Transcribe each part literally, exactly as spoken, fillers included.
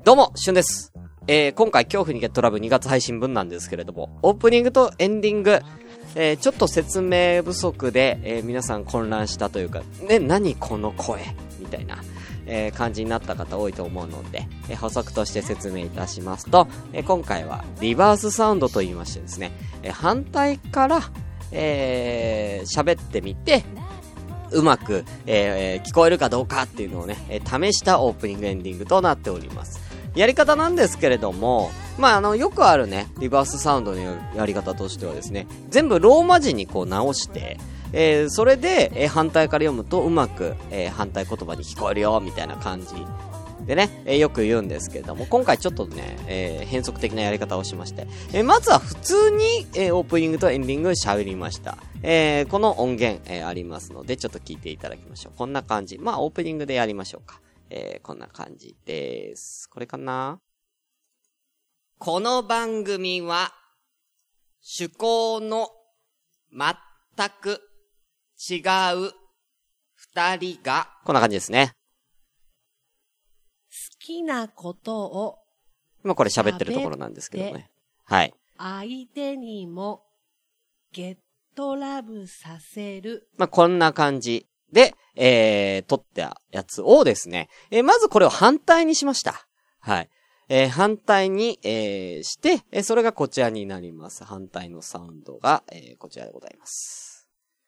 どうも、しゅんです。えー、今回、恐怖にゲットラブにがつ配信分なんですけれども、オープニングとエンディング、えー、ちょっと説明不足で、えー、皆さん混乱したというか、ね、何この声みたいな、えー、感じになった方多いと思うので、えー、補足として説明いたしますと、えー、今回はリバースサウンドと言いましてですね、えー、反対から、えー、喋ってみて、うまく、えー、聞こえるかどうかっていうのをね、えー、試したオープニングエンディングとなっております。やり方なんですけれども、まあ、あの、よくあるね、リバースサウンドのやり方としてはですね、全部ローマ字にこう直して、えー、それで、えー、反対から読むとうまく、えー、反対言葉に聞こえるよ、みたいな感じでね、えー、よく言うんですけれども、今回ちょっとね、えー、変則的なやり方をしまして、えー、まずは普通に、えー、オープニングとエンディング喋りました。えー、この音源、えー、ありますので、ちょっと聞いていただきましょう。こんな感じ。まあ、オープニングでやりましょうか。えー、こんな感じです。これかな？この番組は、趣向の全く違う二人が、こんな感じですね。 好きなことを、 今これ喋ってるところなんですけどね。はい。 相手にも、ゲットラブさせる。 まあ、こんな感じで、えー、撮ったやつをですね、えー、まずこれを反対にしました。はい。えー、反対に、えー、して、えー、それがこちらになります。反対のサウンドが、えー、こちらでございます。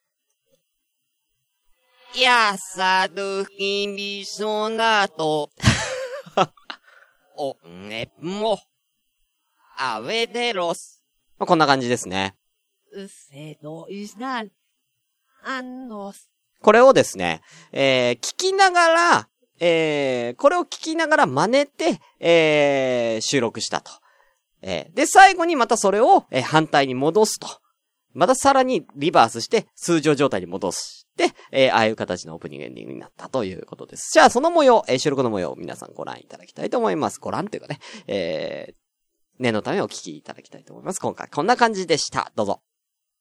やさるひみそなと、おねも、あべでろす。まあ、こんな感じですね。 うせどいな、あの、 これをですね、えー、聞きながら、えー、これを聞きながら真似て、えー、収録したと。えー、で、最後にまたそれを、えー、反対に戻すと。またさらにリバースして、通常状態に戻して、えー、ああいう形のオープニングエンディングになったということです。じゃあ、その模様、えー、収録の模様を皆さんご覧いただきたいと思います。ご覧というかね、えー、念のためお聞きいただきたいと思います。今回こんな感じでした。どうぞ。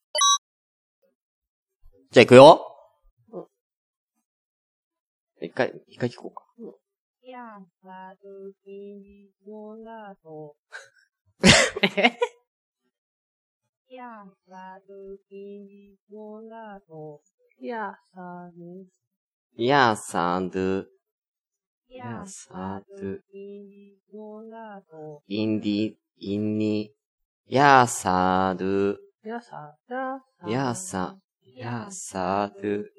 じゃあ行くよ。一回、一回聞こうか。 やさるひみそなと。 えやさるひみそなと。やさる。 やさる。 やさるひみそなと。 インディ、インニ。やさる。 やさ、やさ。 やさ、やさる。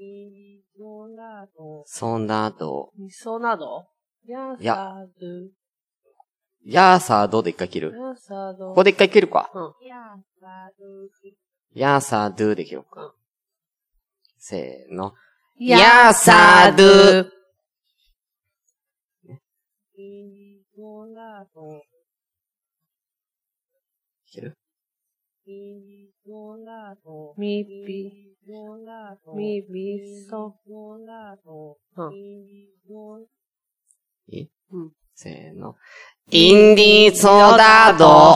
そなど。 みそなどやさる。 やさどで一回切る。 やさど。 ここで一回切るか。 うん。やさる。 やさどで切ろうか。せーの。 やさど。 切るみび、みびそ。うん。 いいうん。 せーの。インディーソーダド。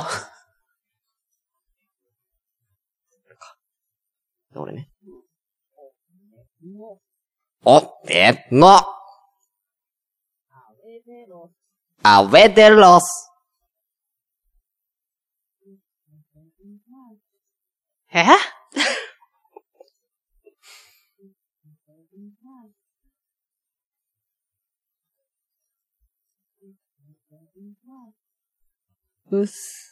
俺ね。おっての。アウェデロス。 えうっす。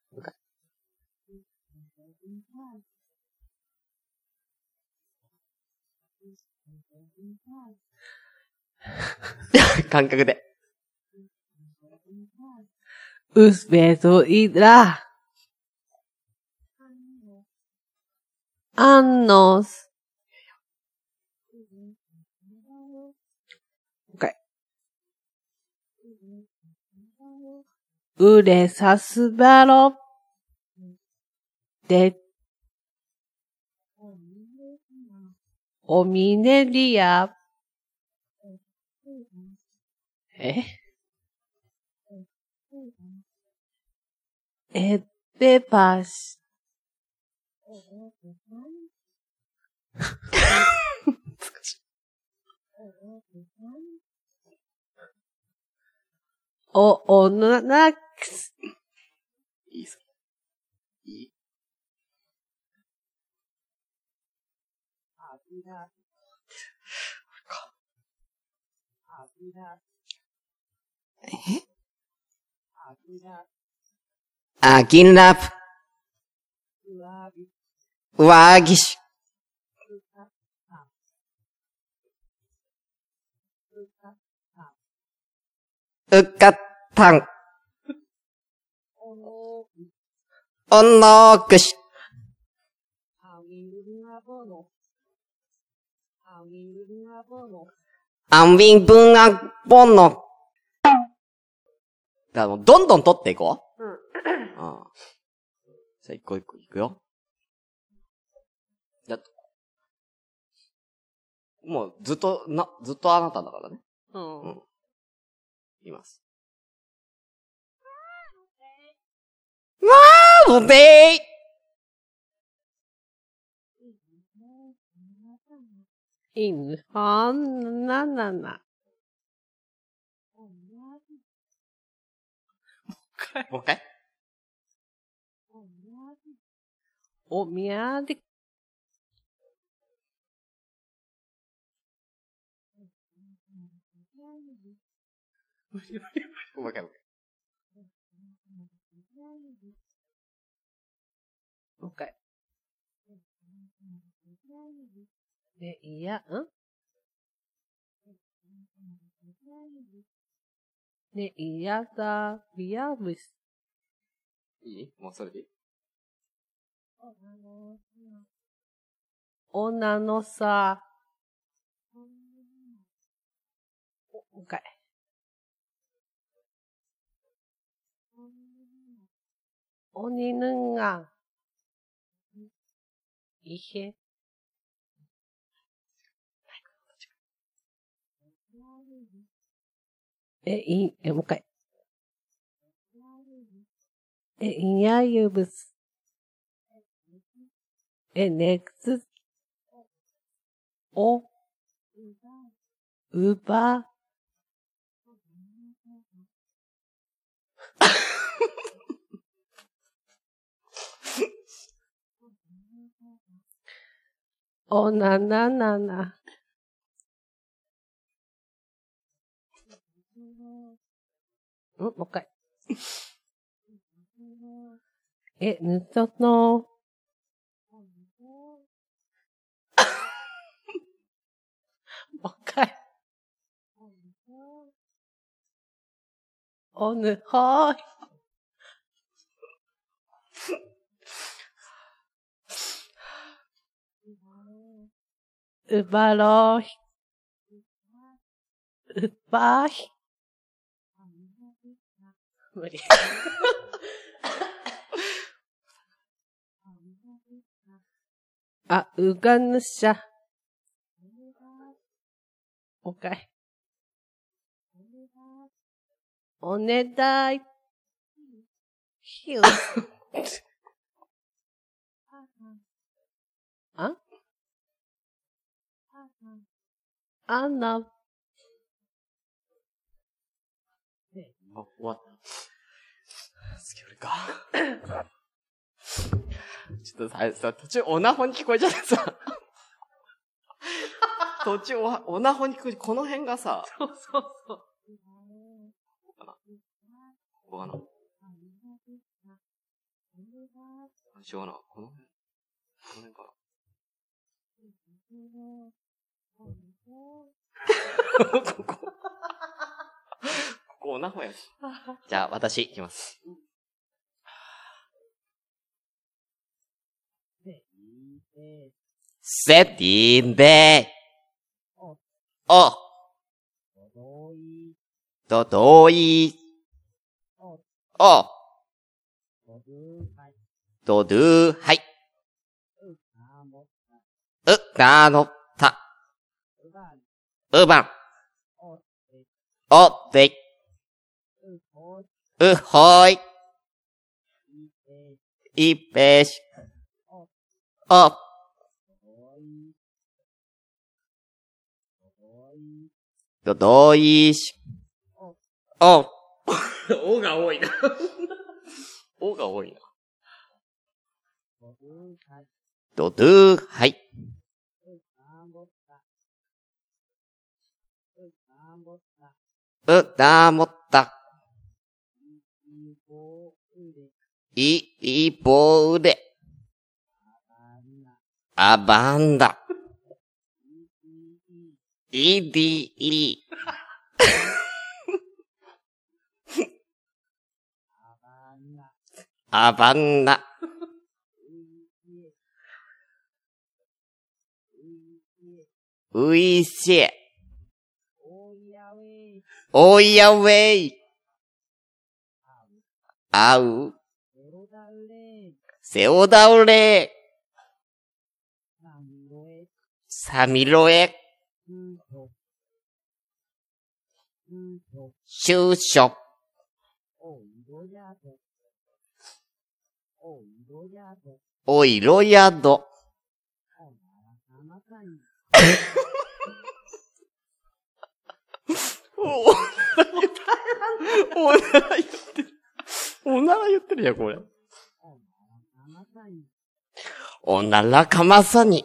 感覚で。 うすべといら。あんのす。 OK。 うれさすばろ。で。おみねりや。ええっぺぱし。 お、おななくす。 いいぞ。いい。えあきらぶ。わぎし。うかったん。おのくし。あんびんぶんあぼの。だからもうどんどん取っていこう。うん。ああ。じゃあ一個一個いくよ。やっと。もうずっと、な、ずっとあなただからね。うん。うん。います。わー、うべーいぬ、はん、な、な、な。 もう一回おみやで。 もう一回もう一回。 もう一回。で、いや、んで、いやだ、ビアブス。 いいもうそれでいい女のさ。お、もう一回。鬼ぬが。いへ。え、い、え、もう一回。え、いやゆぶす。え、ねくつ。お。うば。おなななな。んもう一回。え、ぬとの。もう一回。おぬほーい。うばろーひ。うばーひ。無理。あ、うがぬしゃ。もう一回。おねだい。ひゅ。ああな。 あ、終わった。次俺か。ちょっとさ、さ、途中オナホに聞こえちゃってさ。途中オナホに聞こえて、この辺がさ。 そうそうそう。 ここかな。ここかな。違うな。この辺。この辺かな。ここ。ここオナホやし。じゃあ、私、いきます。セティンで、お、とどい、お、とどぅ、はい。う、なの、た、うばん、お、で、う、ほい、いぺし、お、とどいし、お、 おが多いな。おが多いな。ドドゥー、はい。う、だもった。い、いぼうで。あばんだ。いり、いり。あばんな。ういしえ。おいやウェイ。あう。せおだうれ。さみろえ。しゅうしょ。おいろやど。おなら言ってる。おなら言ってるやん、これ。おならかまさに。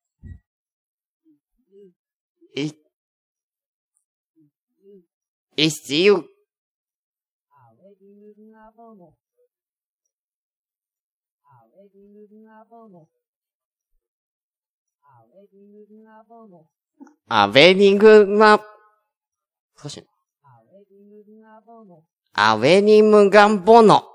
い、いしゆ。アベニグマ、少し。アベニムガンボノ。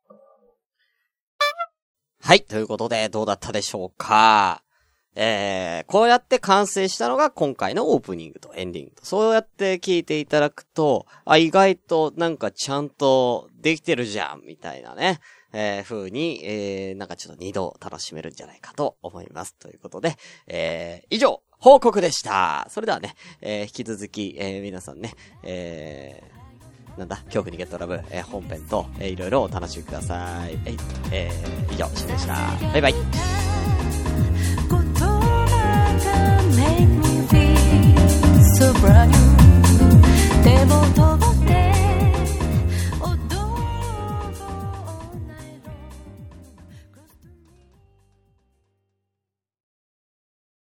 はい、ということで、どうだったでしょうか。えー、こうやって完成したのが今回のオープニングとエンディングと。そうやって聞いていただくと、あ、意外となんかちゃんとできてるじゃん、みたいなね。えー、風に、えー、なんかちょっと二度楽しめるんじゃないかと思います。ということで、えー、以上、報告でした。それではね、えー、引き続き、えー、皆さんね、えー、なんだ、恐怖にゲットラブ、えー、本編と、えー、いろいろお楽しみください。えー、えー、以上、しんでした。バイバイ。 So brand new